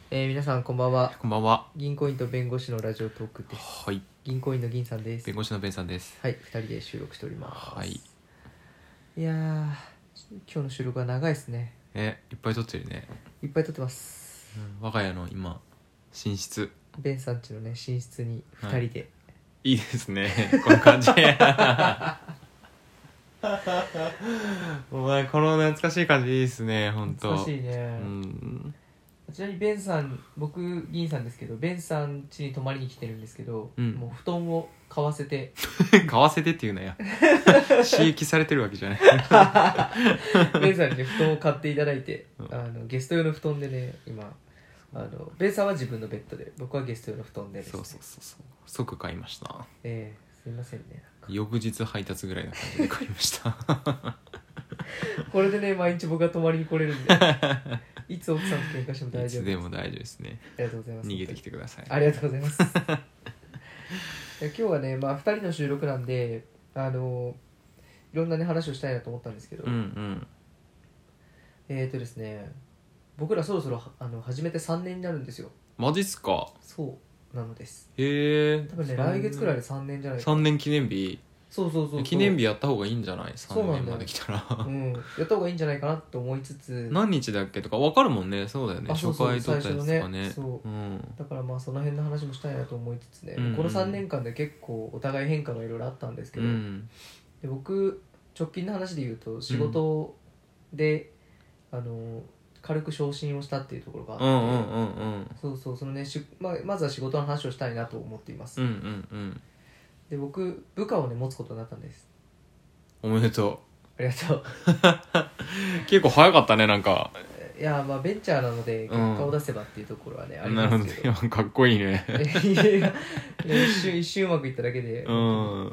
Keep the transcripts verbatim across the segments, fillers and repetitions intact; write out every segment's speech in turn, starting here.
えー、皆さんこんばんは。 こんばんは。 銀行員と弁護士のラジオトークです。 はい。 銀行員の銀さんです。 弁護士の弁さんです。 はい、ふたりで収録しております。 はい。 いやー、今日の収録は長いですね。 え、いっぱい撮ってるね。 いっぱい撮ってます。 うん、我が家の今寝室。 弁さん家のね寝室にふたりで、 はい、いいですね。この感じ。お前この懐かしい感じいいですね。本当。 懐かしいね。うん。ちなみにベンさん、僕銀さんですけど、ベンさん家に泊まりに来てるんですけど、うん、もう布団を買わせて買わせてっていうなや。刺激されてるわけじゃない。 ベンさんに、ね、布団を買っていただいて、あのゲスト用の布団でね、今あのベンさんは自分のベッドで、僕はゲスト用の布団でです、ね、 そうそうそうそう、即買いました。 ええー、すいませんね。 翌日配達ぐらいな感じで買いました。 これでね毎日僕が泊まりに来れるんで、いつ奥さんと喧嘩しても大丈夫です。 いつでも大丈夫ですね。 ありがとうございます。 逃げてきてください。 ありがとうございます。今日はね、まあ、ふたりの収録なんで、あのいろんなね話をしたいなと思ったんですけど、 うんうん、 えーとですね僕らそろそろあの始めてさんねんになるんですよ。 マジっすか。 そうなのです。 へえ。 多分ね来月くらいでさんねんじゃないか。 さんねん記念日。 そうそうそうそう、 記念日やった方がいいんじゃない？さんねんまで来たら。 うん、やった方がいいんじゃないかなと思いつつ、 何日だっけとか分かるもんね。そうだよね。初回撮ったやつとかね。 ねそう、 うん、 だからまあその辺の話もしたいなと思いつつね、 うんうん、 このさんねんかんで結構お互い変化がいろいろあったんですけど、うん、で僕直近の話で言うと仕事で、うん、あの軽く昇進をしたっていうところがあって、うんうんうんうん、そうそう、そのねし、まあ、まずは仕事の話をしたいなと思っています、 うんうんうん、で僕部下をね持つことになったんです。 おめでとう。ありがとう。 結構早かったね。なんかいやまあベンチャーなので結果を出せばっていうところはね、うん、ありますけど。 なるほど、かっこいいね。 いやいや一瞬一瞬うまくいっただけで、 うん、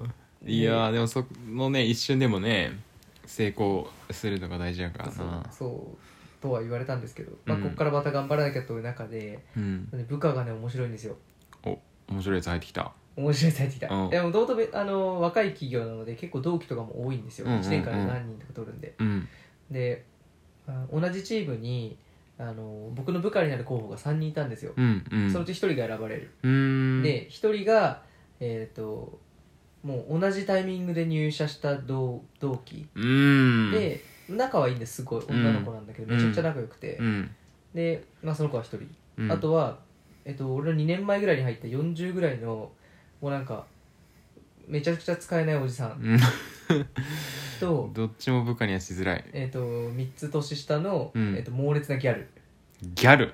いやでもそのね一瞬でもね成功するのが大事やからな。 そうそうとは言われたんですけど、まあ、ここからまた頑張らなきゃという中で、うん、部下がね面白いんですよ。 お、面白いやつ入ってきた。 面白いやつ入ってきた。うん、でもどうとあの若い企業なので結構同期とかも多いんですよ、うんうんうん、いちねんかんで何人とか取るんで、うん、で同じチームにあの僕の部下になる候補がさんにんいたんですよ、うんうん、そのうちひとりが選ばれる。うーんでひとりが、えー、ともう同じタイミングで入社した同同期うーんで、仲はいいんですごい女の子なんだけど、うん、めちゃくちゃ仲良くて、うん、で、まあ、その子はひとり、うん、あとは、えー、と俺のにねんまえぐらいに入ったよんじゅうぐらいのもうなんかめちゃくちゃ使えないおじさんとどっちも部下にはしづらい、 えー、とみっつ年下の、うんえー、と猛烈なギャルギャル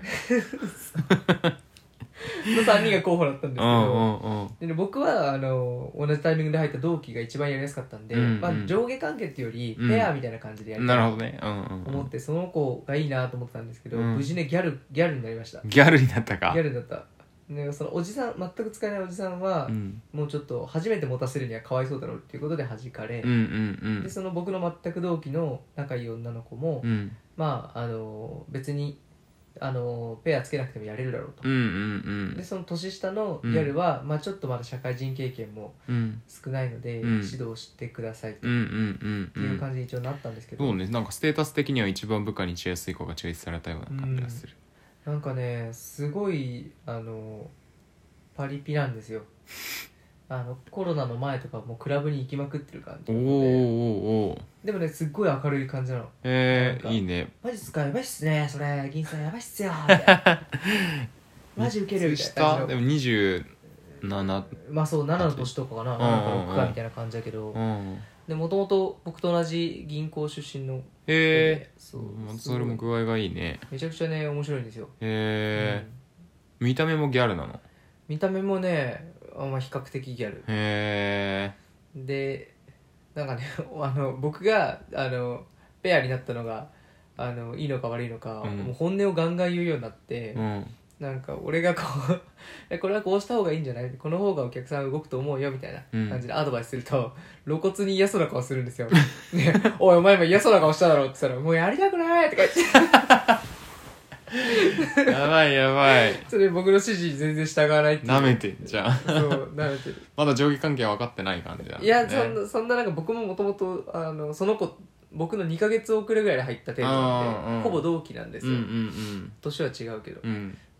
のさんにんが候補だったんですけど、うんうんうん、で僕はあの同じタイミングで入った同期が一番やりやすかったんで、うんうんまあ、上下関係っていうよりペアみたいな感じでやりたいと思って、その子がいいなと思ってたんですけど、うん、無事ねギャルギャルになりました。 ギャルになったか。 ギャルになった。でそのおじさん全く使えないおじさんは、うん、もうちょっと初めて持たせるにはかわいそうだろうっていうことで弾かれ、うんうんうん、でその僕の全く同期の仲いい女の子も、うん、まああの別にあのペアつけなくてもやれるだろうと、うんうんうん、でその年下のギャルは、うんまあ、ちょっとまだ社会人経験も少ないので、うん、指導してくださいと、うんうんうん、っていう感じに一応なったんですけど、 そうね、なんかステータス的には一番部下にしやすい子がチョイスされたような感じがする、 うん、なんかねすごいあのパリピなんですよ。あのコロナの前とかもうクラブに行きまくってる感じで、おーおーでもねすっごい明るい感じなの。 へえー、いいね。 マジっすか、やばいっすねそれ、銀さんやばいっすよみたいなマジウケるみたいな感じの。 でもにじゅうなな、 まあそうななの年とかかな、ななかろくかみたいな感じだけど、でもともと僕と同じ銀行出身の。 へえー、そう、それも具合がいいね。 めちゃくちゃね面白いんですよ。 へえー、うん、見た目もギャルなの？ 見た目もね、まあ、比較的ギャル。へー。でなんかねあの僕があのペアになったのがあのいいのか悪いのか、うん、もう本音をガンガン言うようになって、うん、なんか俺がこうこれはこうした方がいいんじゃない、この方がお客さん動くと思うよみたいな感じでアドバイスすると、うん、露骨に嫌そうな顔するんですよ、ね、おいお前今嫌そうな顔しただろって言ったらもうやりたくないとか言ってやばいやばい。 それ僕の指示に全然従わないっていう。 舐めてんじゃん。 そう舐めてる。 まだ上下関係は分かってない感じだ、ね、 いやそんなそんななんか僕ももともとあのその子僕のにかげつ遅れぐらいで入った程度なんで、うんうん、ほぼ同期なんですよ、うんうんうん、年は違うけど、うん、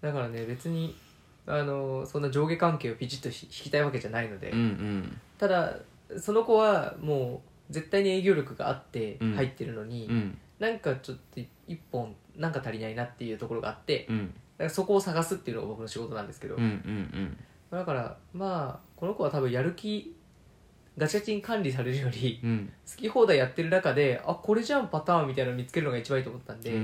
だからね別にあのそんな上下関係をピチッと引きたいわけじゃないので、 うんうん、 ただその子はもう絶対に営業力があって入ってるのに、 うん、 なんかちょっと一本なんか足りないなっていうところがあって、 うん、 だからそこを探すっていうのが僕の仕事なんですけど、 うんうんうん、 だからまあこの子は多分やる気ガチガチに管理されるより、うん、好き放題やってる中であこれじゃんパターンみたいなのを見つけるのが一番いいと思ったんで、うんうん、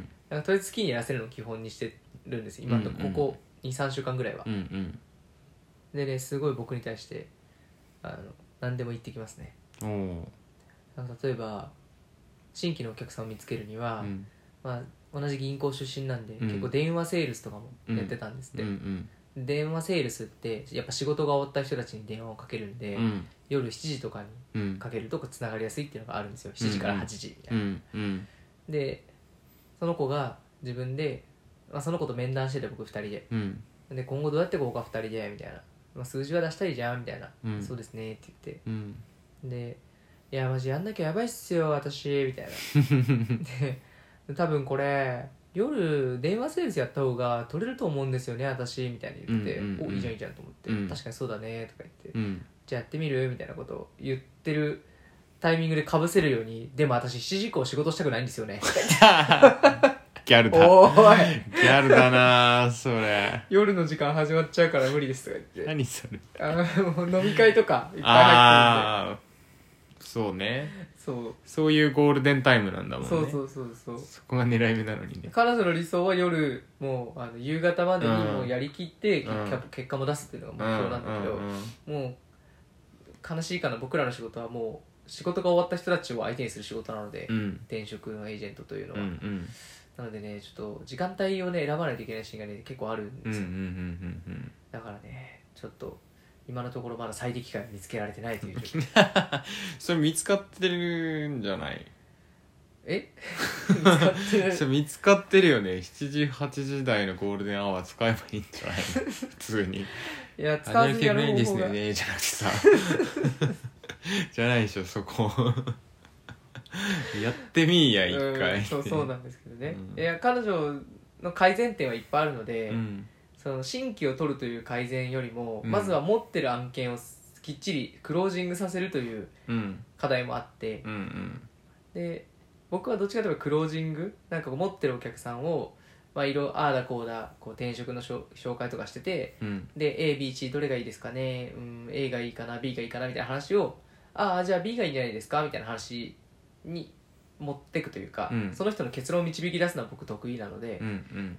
なんかとりあえず好きにやらせるのを基本にしてるんです今のところここ に,さん 週間ぐらいは、うんうん、でねすごい僕に対してあの何でも言ってきますね。なんか例えば新規のお客さんを見つけるには、うんまあ、同じ銀行出身なんで、うん、結構電話セールスとかもやってたんですって、うんうんうん、電話セールスってやっぱ仕事が終わった人たちに電話をかけるんで、うん、夜しちじとかにかけるとつながりやすいっていうのがあるんですよ、しちじからはちじみたいな、うんうん、でその子が自分で、まあ、その子と面談してて僕ふたりで、うん、で今後どうやっていこうかふたりでみたいな、まあ、数字は出したいじゃんみたいな、うん、そうですねって言って、うん、でいやマジやんなきゃやばいっすよ私みたいなで多分これ夜電話セールスやった方が取れると思うんですよね私みたいに言ってて、うんうんうん、おいいじゃんいいじゃんと思って、うん、確かにそうだねとか言って、うん、じゃあやってみるみたいなことを言ってるタイミングで被せるようにでも私しちじ以降仕事したくないんですよねギャルだおーいギャルだなそれ夜の時間始まっちゃうから無理ですとか言って何それあの飲み会とかいっぱい入ってるんであそうねそうそういうゴールデンタイムなんだもんね。 そうそうそうそうそこが狙い目なのにね。 彼女の理想は夜もうあの夕方までにもうやりきって、うん、結果も出すっていうのが目標なんだけど、うんうんうん、もう悲しいかな僕らの仕事はもう仕事が終わった人たちを相手にする仕事なので、うん、転職のエージェントというのは、うんうん、なのでねちょっと時間帯をね選ばないといけないシーンがね結構あるんですよ、うんうんうんうん、だからねちょっと今のところまだ最適解が見つけられてないという状況それ見つかってるんじゃない？ え見つかってるそれ見つかってるよね。しちじはちじ台のゴールデンアワー使えばいいんじゃないの普通に。 いや使わずにやる方法がですねじゃなくてさじゃないでしょそこやってみいや一回、 うん、そうそうなんですけどね、うん、いや彼女の改善点はいっぱいあるので、うんその新規を取るという改善よりも、うん、まずは持ってる案件をきっちりクロージングさせるという課題もあって、うんうん、で僕はどっちかというとクロージングなんか持ってるお客さんを、まあ、いろああだこうだこう転職の紹介とかしてて、うん、で エービーシー どれがいいですかね、うん、A がいいかな B がいいかなみたいな話をああじゃあ B がいいんじゃないですかみたいな話に持っていくというか、うん、その人の結論を導き出すのは僕得意なので、うんうん、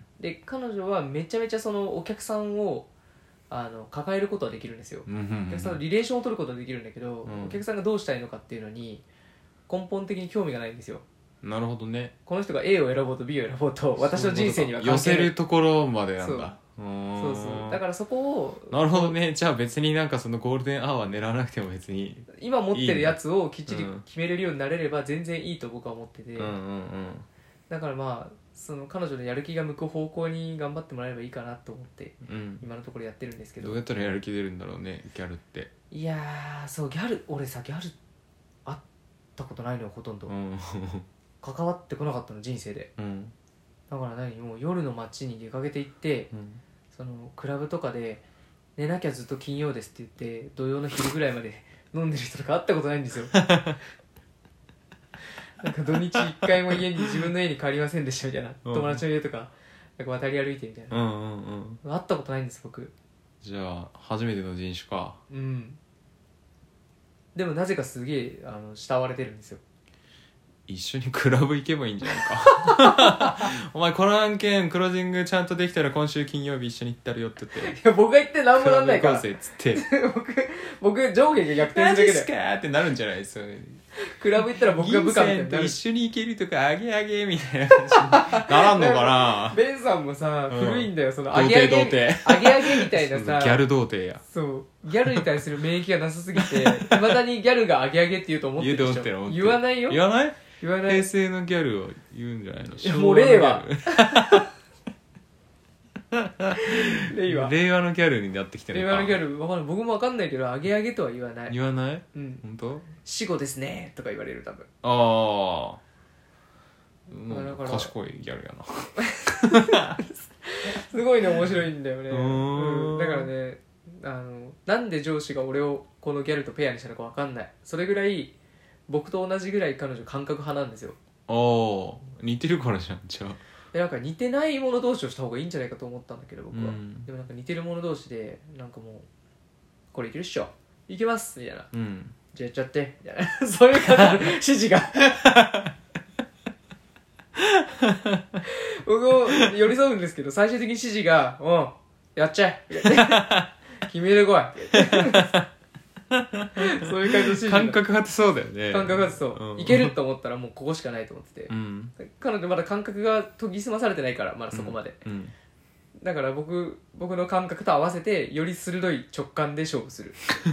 で彼女はめちゃめちゃそのお客さんをあの抱えることはできるんですよ、うんうんうん、お客さんのリレーションを取ることはできるんだけど、うん、お客さんがどうしたいのかっていうのに根本的に興味がないんですよ。 なるほどね。 この人が A を選ぼうと B を選ぼうと私の人生には関係ない。 寄せるところまでなんだ。 そうそうだからそこをなるほどね。じゃあ別になんかそのゴールデンアワー狙わなくても別に今持ってるやつをきっちり決めれるようになれれば全然いいと僕は思ってて、うんうんうん、だからまあその彼女のやる気が向く方向に頑張ってもらえればいいかなと思って、うん、今のところやってるんですけど。 どうやったらやる気出るんだろうねギャルって。 いやーそうギャル俺さギャル会ったことないのよほとんど、うん、関わってこなかったの人生で、うん、だから何もう夜の街に出かけて行って、うんそのクラブとかで寝なきゃずっと金曜ですって言って土曜の昼ぐらいまで飲んでる人とか会ったことないんですよなんか土日一回も家に自分の家に帰りませんでしたみたいな、うん、友達の家とかなんか渡り歩いてみたいな、うんうんうん、会ったことないんです僕。 じゃあ初めての人種か。 うんでもなぜかすげえあの慕われてるんですよ。 一緒にクラブ行けばいいんじゃないかお前この案件クロージングちゃんとできたら今週金曜日一緒に行ったるよって言って。 いや僕が言って何もなんないからクラブ行こうぜっつって僕僕上下が逆転するだけでマジっすかーってなるんじゃないですか。 クラブ行ったら僕が部下みたいになる。 銀さんと一緒に行けるとかあげあげみたいな感じにならんのかなベンさんもさ、うん、古いんだよそのあげあげ童貞あげあげみたいなさギャル童貞や。 そうギャルに対する免疫がなさすぎていまだにギャルがあげあげって言うと思ってるでしょ。言わないよ。 言わない言わない。 平成のギャルを言うんじゃないの。いやもう令和令和令和のギャルになってきてるのか。令和のギャルわかんない僕もわかんないけどあげあげとは言わない。 言わない。 うん本当。 死後ですねとか言われる多分。 ああもう賢いギャルやなすごごいね面白いんだよね、 うんうん、だからねあのなんで上司が俺をこのギャルとペアにしたのか分かんない。それぐらい僕と同じぐらい彼女感覚派なんですよ。 ああ似てるからじゃん。じゃあでなんか似てない者同士をした方がいいんじゃないかと思ったんだけど僕は、 うん、 でもなんか似てる者同士でなんかもうこれいけるっしょいけますみたいな、 うん、 じゃあやっちゃってみたいなそういう感じの指示が僕も寄り添うんですけど最終的に指示が「うんやっちゃえ」決めてこいそういう感じの指示が感覚派ってそうだよね。 感覚派ってそう、うん、いけると思ったらもうここしかないと思ってて、 うん、 彼女まだ感覚が研ぎ澄まされてないからまだそこまで、 うんうん、 だから僕僕の感覚と合わせてより鋭い直感で勝負する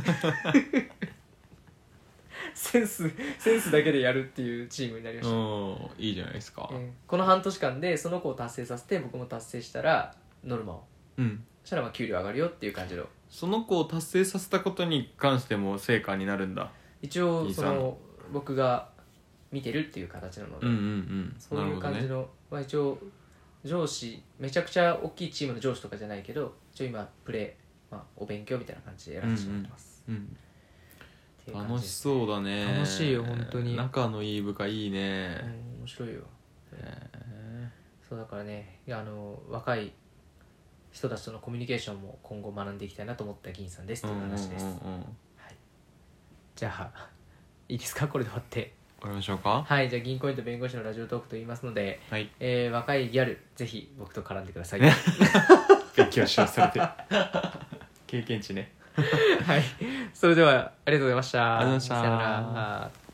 センスセンスだけでやるっていうチームになりました。 いいじゃないですか、 えー、この半年間でその子を達成させて僕も達成したらノルマを、うん、そしたらまあ給料上がるよっていう感じの。 その子を達成させたことに関しても成果になるんだ。 一応その僕が見てるっていう形なので、うんうんうん、そういう感じの、ね、まあ、一応上司めちゃくちゃ大きいチームの上司とかじゃないけど一応今プレー、まあ、お勉強みたいな感じでやらせてもらってます、うんうんうん、楽しそうだね。 楽しいよ本当に。 仲のいい部下いいね、 うん、面白いよ、えー、そうだからねあの若い人たちとのコミュニケーションも今後学んでいきたいなと思った銀さんですという話です、うんうんうんうん、はい、じゃあいいですかこれで終わって終わりましょうか。 はい、じゃあ銀行員と弁護士のラジオトークと言いますので、はい、えー、若いギャルぜひ僕と絡んでください勉強しようされて経験値ねはい、それではありがとうございました。 ありがとうございました。 さよなら。